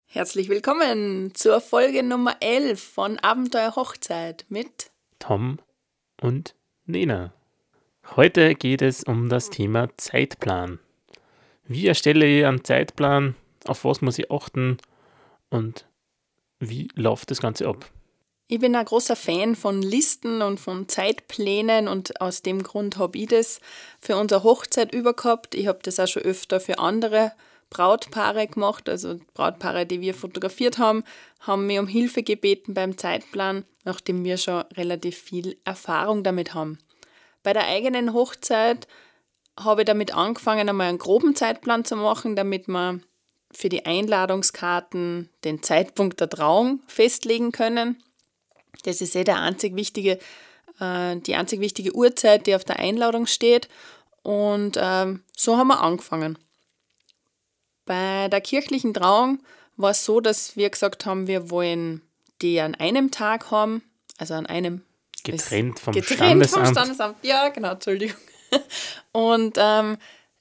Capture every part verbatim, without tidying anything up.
Herzlich willkommen zur Folge Nummer elf von Abenteuer Hochzeit mit Tom und Nena. Heute geht es um das Thema Zeitplan. Wie erstelle ich einen Zeitplan? Auf was muss ich achten? Und wie läuft das Ganze ab? Ich bin ein großer Fan von Listen und von Zeitplänen und aus dem Grund habe ich das für unsere Hochzeit übergehabt. Ich habe das auch schon öfter für andere Brautpaare gemacht, also Brautpaare, die wir fotografiert haben, haben mich um Hilfe gebeten beim Zeitplan, nachdem wir schon relativ viel Erfahrung damit haben. Bei der eigenen Hochzeit habe ich damit angefangen, einmal einen groben Zeitplan zu machen, damit wir für die Einladungskarten den Zeitpunkt der Trauung festlegen können. Das ist eh der einzig wichtige, äh, die einzig wichtige Uhrzeit, die auf der Einladung steht. Und ähm, so haben wir angefangen. Bei der kirchlichen Trauung war es so, dass wir gesagt haben, wir wollen die an einem Tag haben, also an einem Getrennt vom getrennt Standesamt. vom Standesamt. Ja, genau, Entschuldigung. Und ähm,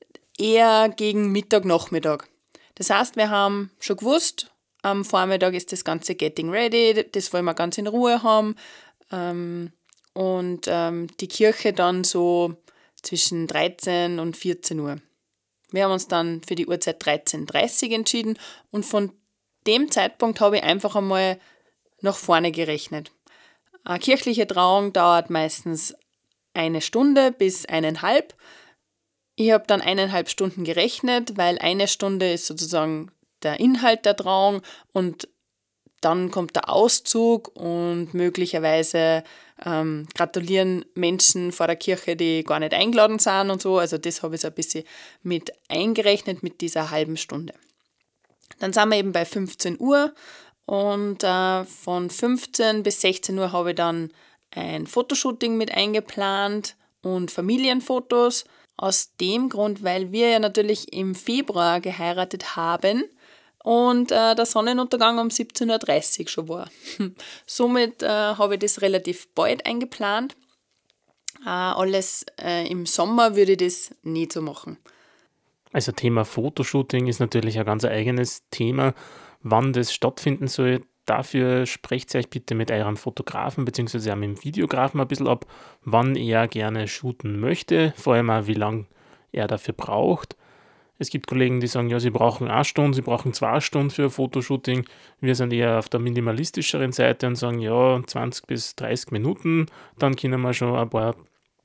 eher gegen Mittag, Nachmittag. Das heißt, wir haben schon gewusst, am Vormittag ist das ganze Getting Ready, das wollen wir ganz in Ruhe haben. Ähm, und ähm, die Kirche dann so zwischen dreizehn und vierzehn Uhr. Wir haben uns dann für die Uhrzeit dreizehn Uhr dreißig entschieden und von dem Zeitpunkt habe ich einfach einmal nach vorne gerechnet. Eine kirchliche Trauung dauert meistens eine Stunde bis eineinhalb. Ich habe dann eineinhalb Stunden gerechnet, weil eine Stunde ist sozusagen der Inhalt der Trauung und dann kommt der Auszug und möglicherweise ähm, gratulieren Menschen vor der Kirche, die gar nicht eingeladen sind und so. Also das habe ich so ein bisschen mit eingerechnet mit dieser halben Stunde. Dann sind wir eben bei fünfzehn Uhr und äh, von fünfzehn bis sechzehn Uhr habe ich dann ein Fotoshooting mit eingeplant und Familienfotos. Aus dem Grund, weil wir ja natürlich im Februar geheiratet haben und äh, der Sonnenuntergang um siebzehn Uhr dreißig schon war. Somit äh, habe ich das relativ bald eingeplant. Äh, alles äh, im Sommer würde ich das nie so machen. Also Thema Fotoshooting ist natürlich ein ganz eigenes Thema. Wann das stattfinden soll, dafür sprecht ihr euch bitte mit eurem Fotografen bzw. auch mit dem Videografen ein bisschen ab, wann er gerne shooten möchte, vor allem auch wie lange er dafür braucht. Es gibt Kollegen, die sagen, ja, sie brauchen eine Stunde, sie brauchen zwei Stunden für ein Fotoshooting. Wir sind eher auf der minimalistischeren Seite und sagen, ja, zwanzig bis dreißig Minuten, dann können wir schon ein paar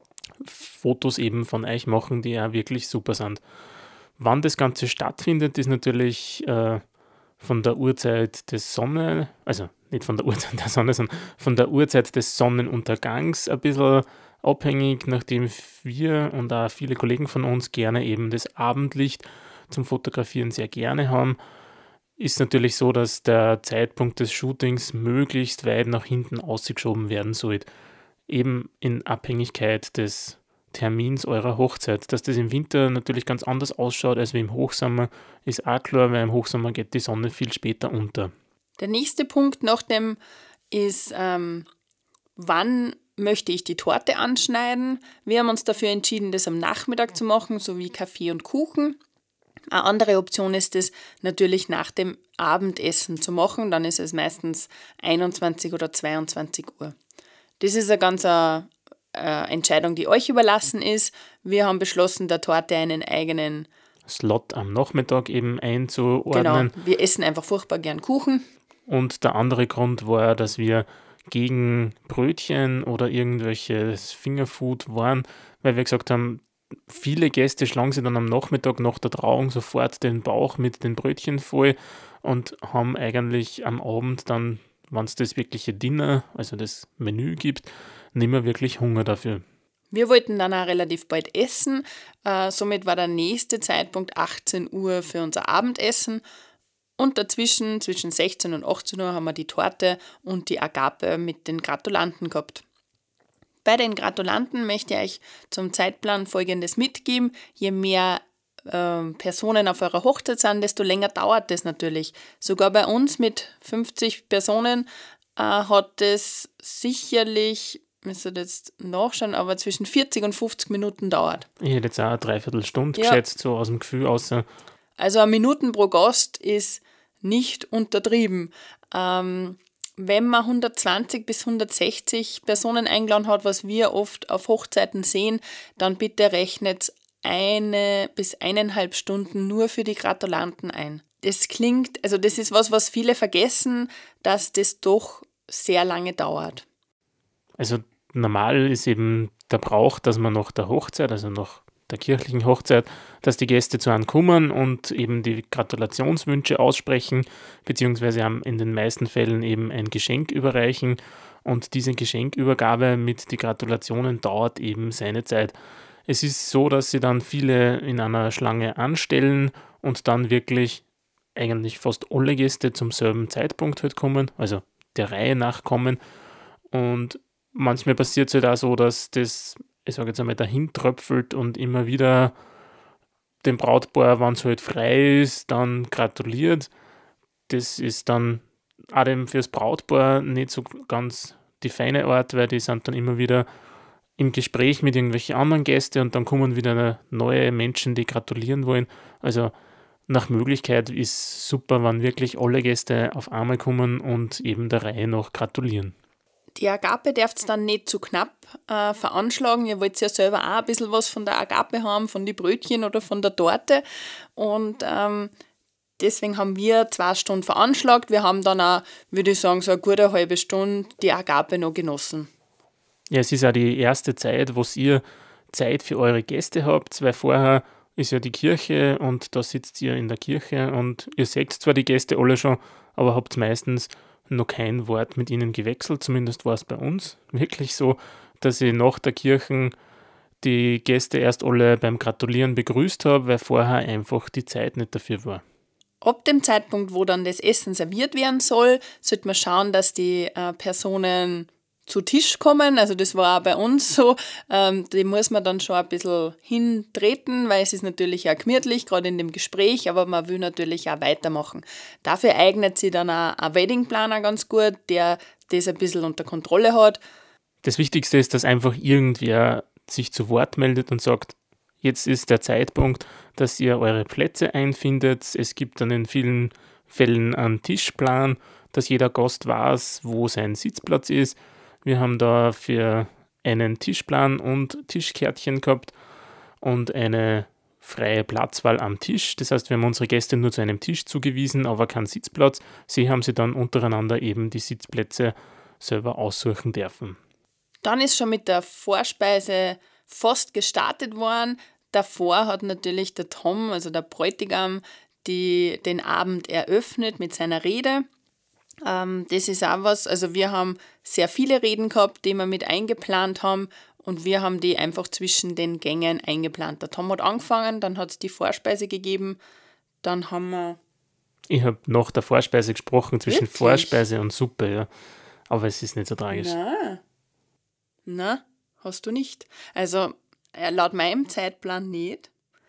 Fotos eben von euch machen, die ja wirklich super sind. Wann das Ganze stattfindet, ist natürlich äh, von der Uhrzeit des Sonne, also nicht von der Uhrzeit der Sonne, sondern von der Uhrzeit des Sonnenuntergangs ein bisschen abhängig, nachdem wir und auch viele Kollegen von uns gerne eben das Abendlicht zum Fotografieren sehr gerne haben, ist natürlich so, dass der Zeitpunkt des Shootings möglichst weit nach hinten ausgeschoben werden soll, eben in Abhängigkeit des Termins eurer Hochzeit. Dass das im Winter natürlich ganz anders ausschaut als wie im Hochsommer, ist auch klar, weil im Hochsommer geht die Sonne viel später unter. Der nächste Punkt nach dem ist, ähm, wann möchte ich die Torte anschneiden. Wir haben uns dafür entschieden, das am Nachmittag zu machen, sowie Kaffee und Kuchen. Eine andere Option ist es natürlich nach dem Abendessen zu machen. Dann ist es meistens einundzwanzig oder zweiundzwanzig Uhr. Das ist eine ganz eine, eine Entscheidung, die euch überlassen ist. Wir haben beschlossen, der Torte einen eigenen Slot am Nachmittag eben einzuordnen. Genau, wir essen einfach furchtbar gern Kuchen. Und der andere Grund war, dass wir gegen Brötchen oder irgendwelches Fingerfood waren, weil wir gesagt haben, viele Gäste schlagen sich dann am Nachmittag nach der Trauung sofort den Bauch mit den Brötchen voll und haben eigentlich am Abend dann, wenn es das wirkliche Dinner, also das Menü gibt, nicht mehr wirklich Hunger dafür. Wir wollten dann auch relativ bald essen, äh, somit war der nächste Zeitpunkt achtzehn Uhr für unser Abendessen. Und dazwischen, zwischen sechzehn und achtzehn Uhr, haben wir die Torte und die Agape mit den Gratulanten gehabt. Bei den Gratulanten möchte ich euch zum Zeitplan Folgendes mitgeben. Je mehr äh, Personen auf eurer Hochzeit sind, desto länger dauert das natürlich. Sogar bei uns mit fünfzig Personen äh, hat es sicherlich, ich müsste jetzt nachschauen, aber zwischen vierzig und fünfzig Minuten dauert. Ich hätte jetzt auch eine Dreiviertelstunde Ja. geschätzt, so aus dem Gefühl, außer Also eine Minuten pro Gast ist nicht untertrieben. Ähm, wenn man hundertzwanzig bis hundertsechzig Personen eingeladen hat, was wir oft auf Hochzeiten sehen, dann bitte rechnet eine bis eineinhalb Stunden nur für die Gratulanten ein. Das klingt, also das ist was, was viele vergessen, dass das doch sehr lange dauert. Also normal ist eben der Brauch, dass man nach der Hochzeit, also nach der kirchlichen Hochzeit, dass die Gäste zu einem kommen und eben die Gratulationswünsche aussprechen, beziehungsweise haben in den meisten Fällen eben ein Geschenk überreichen und diese Geschenkübergabe mit den Gratulationen dauert eben seine Zeit. Es ist so, dass sie dann viele in einer Schlange anstellen und dann wirklich eigentlich fast alle Gäste zum selben Zeitpunkt halt kommen, also der Reihe nach kommen. Und manchmal passiert es halt auch so, dass das, ich sage jetzt einmal, dahin tröpfelt und immer wieder dem Brautpaar, wenn es halt frei ist, dann gratuliert. Das ist dann auch dem fürs Brautpaar nicht so ganz die feine Art, weil die sind dann immer wieder im Gespräch mit irgendwelchen anderen Gästen und dann kommen wieder neue Menschen, die gratulieren wollen. Also nach Möglichkeit ist super, wenn wirklich alle Gäste auf einmal kommen und eben der Reihe nach gratulieren. Die Agape darf es dann nicht zu knapp äh, veranschlagen. Ihr wollt ja selber auch ein bisschen was von der Agape haben, von den Brötchen oder von der Torte. Und ähm, deswegen haben wir zwei Stunden veranschlagt. Wir haben dann auch, würde ich sagen, so eine gute halbe Stunde die Agape noch genossen. Ja, es ist auch die erste Zeit, wo ihr Zeit für eure Gäste habt, weil vorher ist ja die Kirche und da sitzt ihr in der Kirche und ihr seht zwar die Gäste alle schon, aber habt meistens noch kein Wort mit ihnen gewechselt. Zumindest war es bei uns wirklich so, dass ich nach der Kirche die Gäste erst alle beim Gratulieren begrüßt habe, weil vorher einfach die Zeit nicht dafür war. Ab dem Zeitpunkt, wo dann das Essen serviert werden soll, sollte man schauen, dass die äh, Personen zu Tisch kommen. Also das war auch bei uns so. Ähm, die muss man dann schon ein bisschen hintreten, weil es ist natürlich auch gemütlich, gerade in dem Gespräch, aber man will natürlich auch weitermachen. Dafür eignet sich dann auch ein Weddingplaner ganz gut, der das ein bisschen unter Kontrolle hat. Das Wichtigste ist, dass einfach irgendwer sich zu Wort meldet und sagt, jetzt ist der Zeitpunkt, dass ihr eure Plätze einfindet. Es gibt dann in vielen Fällen einen Tischplan, dass jeder Gast weiß, wo sein Sitzplatz ist. Wir haben da für einen Tischplan und Tischkärtchen gehabt und eine freie Platzwahl am Tisch. Das heißt, wir haben unsere Gäste nur zu einem Tisch zugewiesen, aber keinen Sitzplatz. Sie haben sich dann untereinander eben die Sitzplätze selber aussuchen dürfen. Dann ist schon mit der Vorspeise fast gestartet worden. Davor hat natürlich der Tom, also der Bräutigam, die, den Abend eröffnet mit seiner Rede. Ähm, das ist auch was, also wir haben sehr viele Reden gehabt, die wir mit eingeplant haben und wir haben die einfach zwischen den Gängen eingeplant. Der Tom hat angefangen, dann hat es die Vorspeise gegeben, dann haben wir... Ich habe nach der Vorspeise gesprochen, zwischen Wirklich? Vorspeise und Suppe, ja. Aber es ist nicht so tragisch. Nein, Nein, hast du nicht. Also äh, laut meinem Zeitplan nicht,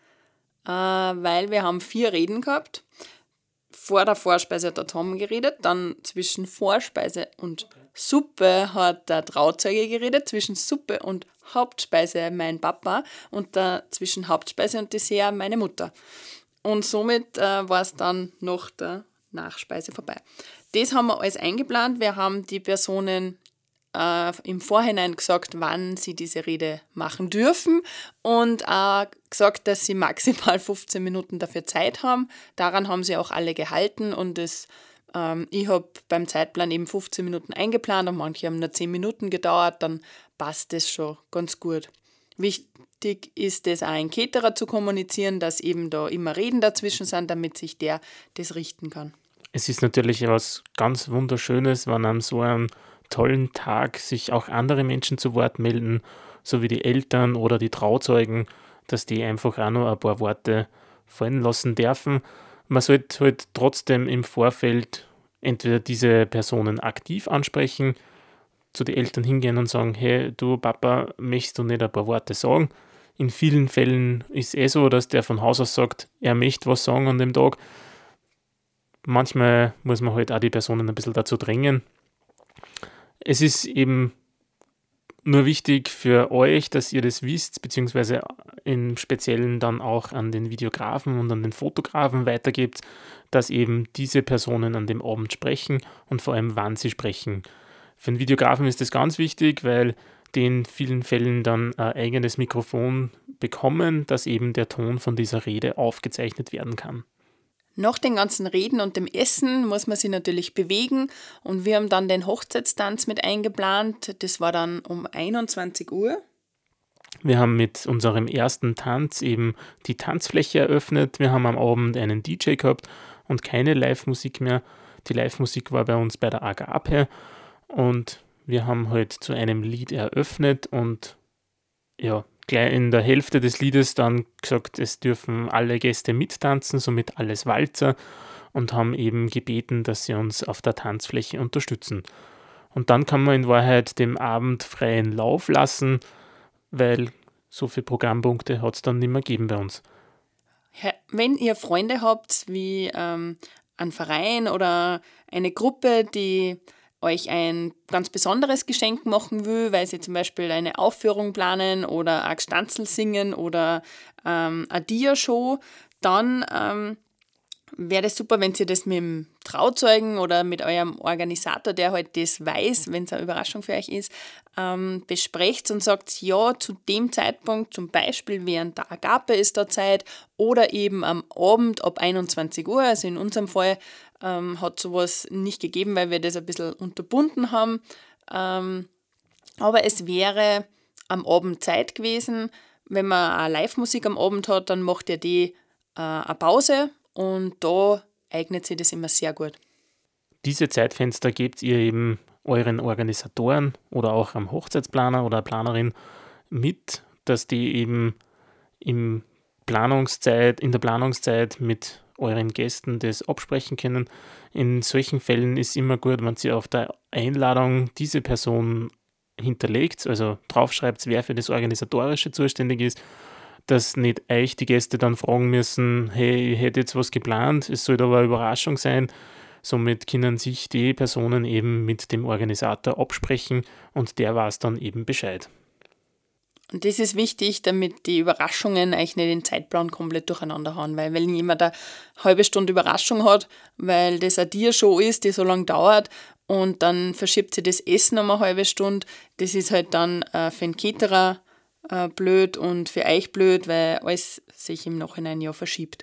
äh, weil wir haben vier Reden gehabt. Vor der Vorspeise hat der Tom geredet, dann zwischen Vorspeise und Suppe hat der Trauzeuge geredet, zwischen Suppe und Hauptspeise mein Papa und da zwischen Hauptspeise und Dessert meine Mutter. Und somit äh, war es dann nach der Nachspeise vorbei. Das haben wir alles eingeplant. Wir haben die Personen äh, im Vorhinein gesagt, wann sie diese Rede machen dürfen und auch gesagt, dass sie maximal fünfzehn Minuten dafür Zeit haben. Daran haben sie auch alle gehalten und es, ähm, ich habe beim Zeitplan eben fünfzehn Minuten eingeplant und manche haben nur zehn Minuten gedauert, dann passt das schon ganz gut. Wichtig ist es auch ein Caterer zu kommunizieren, dass eben da immer Reden dazwischen sind, damit sich der das richten kann. Es ist natürlich was ganz Wunderschönes, wenn an so einem tollen Tag sich auch andere Menschen zu Wort melden, so wie die Eltern oder die Trauzeugen, dass die einfach auch noch ein paar Worte fallen lassen dürfen. Man sollte halt trotzdem im Vorfeld entweder diese Personen aktiv ansprechen, zu den Eltern hingehen und sagen, hey, du Papa, möchtest du nicht ein paar Worte sagen? In vielen Fällen ist es eh so, dass der von Haus aus sagt, er möchte was sagen an dem Tag. Manchmal muss man halt auch die Personen ein bisschen dazu drängen. Es ist eben nur wichtig für euch, dass ihr das wisst, beziehungsweise im Speziellen dann auch an den Videografen und an den Fotografen weitergebt, dass eben diese Personen an dem Abend sprechen und vor allem, wann sie sprechen. Für den Videografen ist das ganz wichtig, weil die in vielen Fällen dann ein eigenes Mikrofon bekommen, dass eben der Ton von dieser Rede aufgezeichnet werden kann. Nach den ganzen Reden und dem Essen muss man sich natürlich bewegen und wir haben dann den Hochzeitstanz mit eingeplant. Das war dann um einundzwanzig Uhr. Wir haben mit unserem ersten Tanz eben die Tanzfläche eröffnet. Wir haben am Abend einen D J gehabt und keine Live-Musik mehr. Die Live-Musik war bei uns bei der Agape und wir haben halt zu einem Lied eröffnet und ja, gleich in der Hälfte des Liedes dann gesagt, es dürfen alle Gäste mittanzen, somit alles Walzer, und haben eben gebeten, dass sie uns auf der Tanzfläche unterstützen. Und dann kann man in Wahrheit dem Abend freien Lauf lassen, weil so viele Programmpunkte hat es dann nicht mehr gegeben bei uns. Wenn ihr Freunde habt, wie ähm, einen Verein oder eine Gruppe, die euch ein ganz besonderes Geschenk machen will, weil sie zum Beispiel eine Aufführung planen oder ein Gstanzl singen oder ähm, eine Dia-Show, dann ähm, wäre es super, wenn ihr das mit dem Trauzeugen oder mit eurem Organisator, der halt das weiß, wenn es eine Überraschung für euch ist, ähm, besprecht und sagt, ja, zu dem Zeitpunkt, zum Beispiel während der Agape ist da Zeit oder eben am Abend ab einundzwanzig Uhr, also in unserem Fall ähm, hat sowas nicht gegeben, weil wir das ein bisschen unterbunden haben, ähm, aber es wäre am Abend Zeit gewesen. Wenn man eine Live-Musik am Abend hat, dann macht ihr die äh, eine Pause. Und da eignet sich das immer sehr gut. Diese Zeitfenster gebt ihr eben euren Organisatoren oder auch am Hochzeitsplaner oder Planerin mit, dass die eben im Planungszeit, in der Planungszeit mit euren Gästen das absprechen können. In solchen Fällen ist immer gut, wenn sie auf der Einladung diese Person hinterlegt, also draufschreibt, wer für das Organisatorische zuständig ist, dass nicht euch die Gäste dann fragen müssen, hey, ich hätte jetzt was geplant, es soll aber eine Überraschung sein. Somit können sich die Personen eben mit dem Organisator absprechen und der weiß dann eben Bescheid. Und das ist wichtig, damit die Überraschungen eigentlich nicht den Zeitplan komplett durcheinander hauen, weil wenn jemand eine halbe Stunde Überraschung hat, weil das eine Dia-Show ist, die so lange dauert und dann verschiebt sich das Essen um eine halbe Stunde, das ist halt dann äh, für den Caterer blöd und für euch blöd, weil alles sich im Nachhinein ja verschiebt.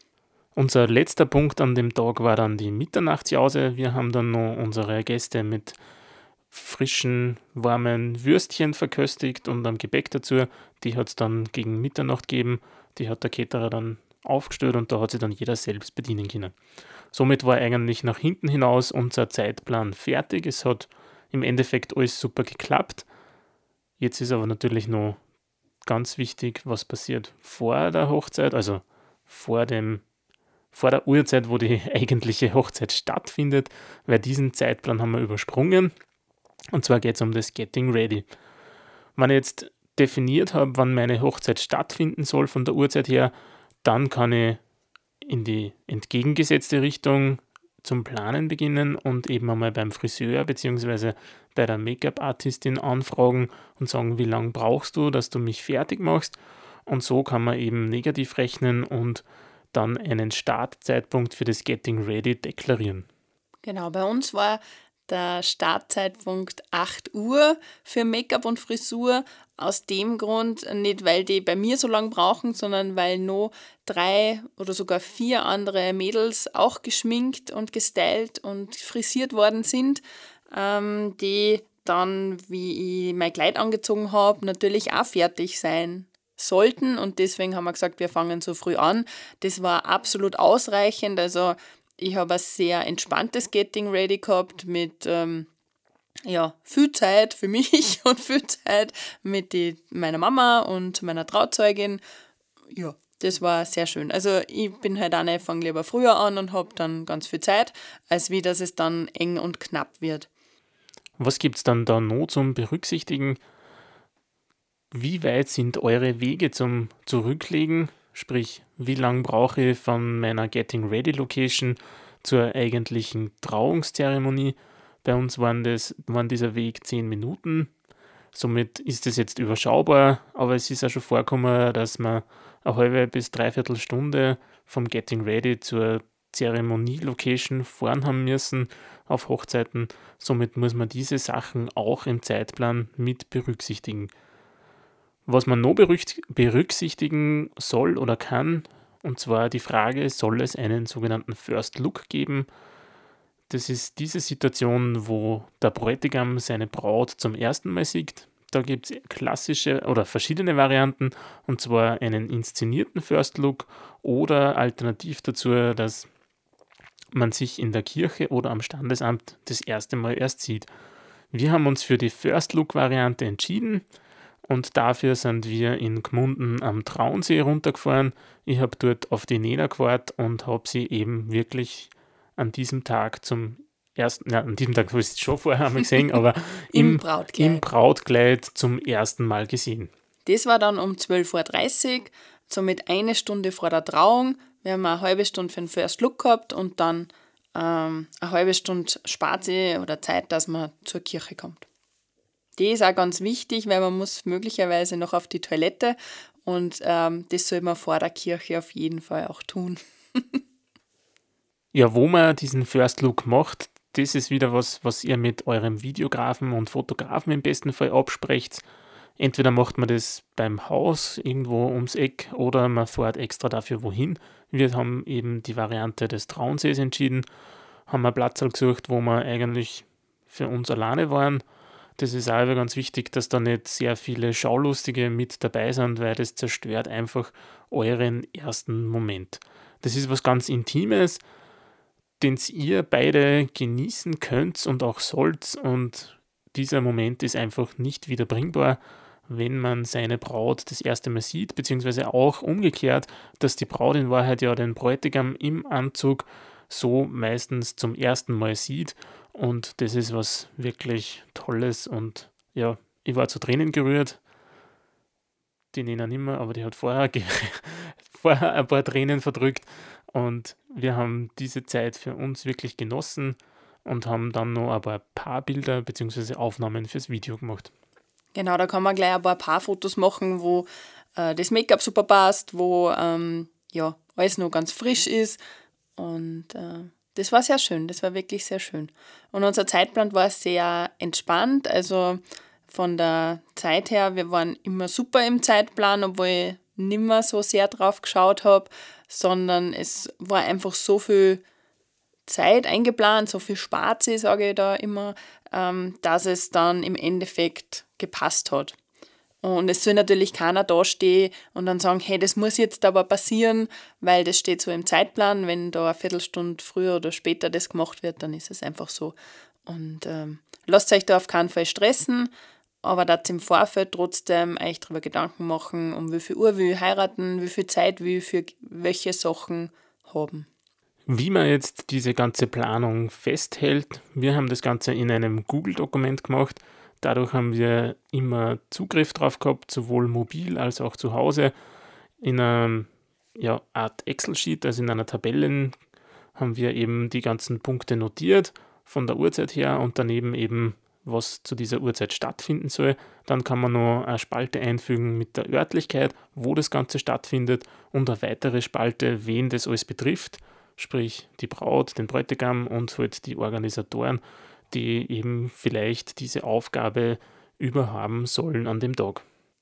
Unser letzter Punkt an dem Tag war dann die Mitternachtsjause. Wir haben dann noch unsere Gäste mit frischen, warmen Würstchen verköstigt und am Gebäck dazu. Die hat es dann gegen Mitternacht gegeben. Die hat der Caterer dann aufgestellt und da hat sich dann jeder selbst bedienen können. Somit war eigentlich nach hinten hinaus unser Zeitplan fertig. Es hat im Endeffekt alles super geklappt. Jetzt ist aber natürlich noch ganz wichtig, was passiert vor der Hochzeit, also vor dem, vor der Uhrzeit, wo die eigentliche Hochzeit stattfindet, weil diesen Zeitplan haben wir übersprungen. Und zwar geht es um das Getting Ready. Wenn ich jetzt definiert habe, wann meine Hochzeit stattfinden soll von der Uhrzeit her, dann kann ich in die entgegengesetzte Richtung zum Planen beginnen und eben einmal beim Friseur bzw. bei der Make-up-Artistin anfragen und sagen, wie lange brauchst du, dass du mich fertig machst. Und so kann man eben negativ rechnen und dann einen Startzeitpunkt für das Getting Ready deklarieren. Genau, bei uns war der Startzeitpunkt acht Uhr für Make-up und Frisur. Aus dem Grund, nicht weil die bei mir so lange brauchen, sondern weil noch drei oder sogar vier andere Mädels auch geschminkt und gestylt und frisiert worden sind, ähm, die dann, wie ich mein Kleid angezogen habe, natürlich auch fertig sein sollten. Und deswegen haben wir gesagt, wir fangen so früh an. Das war absolut ausreichend. Also ich habe ein sehr entspanntes Getting Ready gehabt mit ähm, ja, viel Zeit für mich und viel Zeit mit die, meiner Mama und meiner Trauzeugin. Ja, das war sehr schön. Also ich bin halt auch nicht, fange lieber früher an und habe dann ganz viel Zeit, als wie dass es dann eng und knapp wird. Was gibt es dann da noch zum Berücksichtigen? Wie weit sind eure Wege zum Zurücklegen? Sprich, wie lange brauche ich von meiner Getting Ready Location zur eigentlichen Trauungszeremonie? Bei uns waren, das, waren dieser Weg zehn Minuten. Somit ist es jetzt überschaubar, aber es ist auch schon vorgekommen, dass wir eine halbe bis dreiviertel Stunde vom Getting Ready zur Zeremonie-Location fahren haben müssen auf Hochzeiten. Somit muss man diese Sachen auch im Zeitplan mit berücksichtigen. Was man noch berücksichtigen soll oder kann, und zwar die Frage, soll es einen sogenannten First Look geben? Das ist diese Situation, wo der Bräutigam seine Braut zum ersten Mal sieht. Da gibt es klassische oder verschiedene Varianten, und zwar einen inszenierten First Look oder alternativ dazu, dass man sich in der Kirche oder am Standesamt das erste Mal erst sieht. Wir haben uns für die First Look Variante entschieden und dafür sind wir in Gmunden am Traunsee runtergefahren. Ich habe dort auf die Nena gewartet und habe sie eben wirklich an diesem Tag zum ersten, na, an diesem Tag habe ich es schon vorher einmal gesehen, aber Im im, Brautkleid. im Brautkleid zum ersten Mal gesehen. Das war dann um zwölf Uhr dreißig, somit eine Stunde vor der Trauung. Wir haben eine halbe Stunde für den First Look gehabt und dann ähm, eine halbe Stunde Spazi oder Zeit, dass man zur Kirche kommt. Die ist auch ganz wichtig, weil man muss möglicherweise noch auf die Toilette und ähm, das soll man vor der Kirche auf jeden Fall auch tun. Ja, wo man diesen First Look macht, das ist wieder was, was ihr mit eurem Videografen und Fotografen im besten Fall absprecht. Entweder macht man das beim Haus irgendwo ums Eck oder man fährt extra dafür wohin. Wir haben eben die Variante des Traunsees entschieden, haben einen Platz gesucht, wo wir eigentlich für uns alleine waren. Das ist auch ganz wichtig, dass da nicht sehr viele Schaulustige mit dabei sind, weil das zerstört einfach euren ersten Moment. Das ist was ganz Intimes, den ihr beide genießen könnt und auch sollt, und dieser Moment ist einfach nicht wiederbringbar, wenn man seine Braut das erste Mal sieht, beziehungsweise auch umgekehrt, dass die Braut in Wahrheit ja den Bräutigam im Anzug so meistens zum ersten Mal sieht, und das ist was wirklich Tolles, und ja, ich war zu Tränen gerührt, die Nena nicht mehr, aber die hat vorher, ge- vorher ein paar Tränen verdrückt. Und wir haben diese Zeit für uns wirklich genossen und haben dann noch ein paar Paarbilder bzw. Aufnahmen fürs Video gemacht. Genau, da kann man gleich ein paar Paarfotos machen, wo äh, das Make-up super passt, wo ähm, ja, alles noch ganz frisch ist. Und äh, das war sehr schön, das war wirklich sehr schön. Und unser Zeitplan war sehr entspannt, also von der Zeit her, wir waren immer super im Zeitplan, obwohl ich nicht mehr so sehr drauf geschaut habe, sondern es war einfach so viel Zeit eingeplant, so viel Spazi, sage ich da immer, ähm, dass es dann im Endeffekt gepasst hat. Und es soll natürlich keiner dastehen und dann sagen, hey, das muss jetzt aber passieren, weil das steht so im Zeitplan. Wenn da eine Viertelstunde früher oder später das gemacht wird, dann ist es einfach so. Und ähm, lasst euch da auf keinen Fall stressen, aber dass im Vorfeld trotzdem euch darüber Gedanken machen, um wie viel Uhr will ich heiraten, wie viel Zeit will ich für welche Sachen haben. Wie man jetzt diese ganze Planung festhält, wir haben das Ganze in einem Google-Dokument gemacht. Dadurch haben wir immer Zugriff drauf gehabt, sowohl mobil als auch zu Hause. In einer ja, Art Excel-Sheet, also in einer Tabelle, haben wir eben die ganzen Punkte notiert von der Uhrzeit her und daneben eben, was zu dieser Uhrzeit stattfinden soll. Dann kann man noch eine Spalte einfügen mit der Örtlichkeit, wo das Ganze stattfindet, und eine weitere Spalte, wen das alles betrifft, sprich die Braut, den Bräutigam und halt die Organisatoren, die eben vielleicht diese Aufgabe überhaben sollen an dem Tag.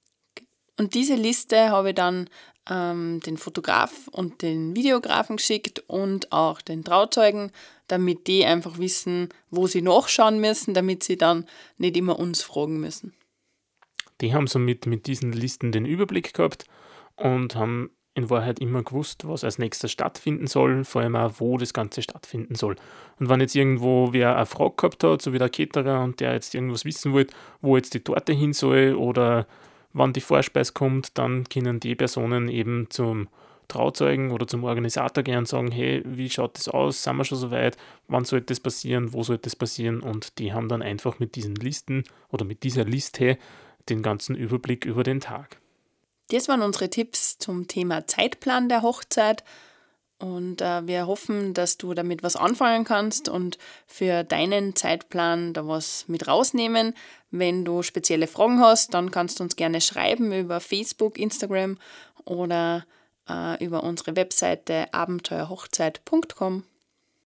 Und diese Liste habe ich dann ähm, den Fotograf und den Videografen geschickt und auch den Trauzeugen, damit die einfach wissen, wo sie nachschauen müssen, damit sie dann nicht immer uns fragen müssen. Die haben somit mit diesen Listen den Überblick gehabt und haben in Wahrheit immer gewusst, was als nächstes stattfinden soll, vor allem auch, wo das Ganze stattfinden soll. Und wenn jetzt irgendwo wer eine Frage gehabt hat, so wie der Caterer, und der jetzt irgendwas wissen wollte, wo jetzt die Torte hin soll oder wann die Vorspeise kommt, dann können die Personen eben zum Trauzeugen oder zum Organisator gehen und sagen, hey, wie schaut das aus, sind wir schon so weit, wann sollte das passieren, wo sollte das passieren, und die haben dann einfach mit diesen Listen oder mit dieser Liste den ganzen Überblick über den Tag. Das waren unsere Tipps zum Thema Zeitplan der Hochzeit. Und äh, wir hoffen, dass du damit was anfangen kannst und für deinen Zeitplan da was mit rausnehmen. Wenn du spezielle Fragen hast, dann kannst du uns gerne schreiben über Facebook, Instagram oder äh, über unsere Webseite abenteuerhochzeit punkt com.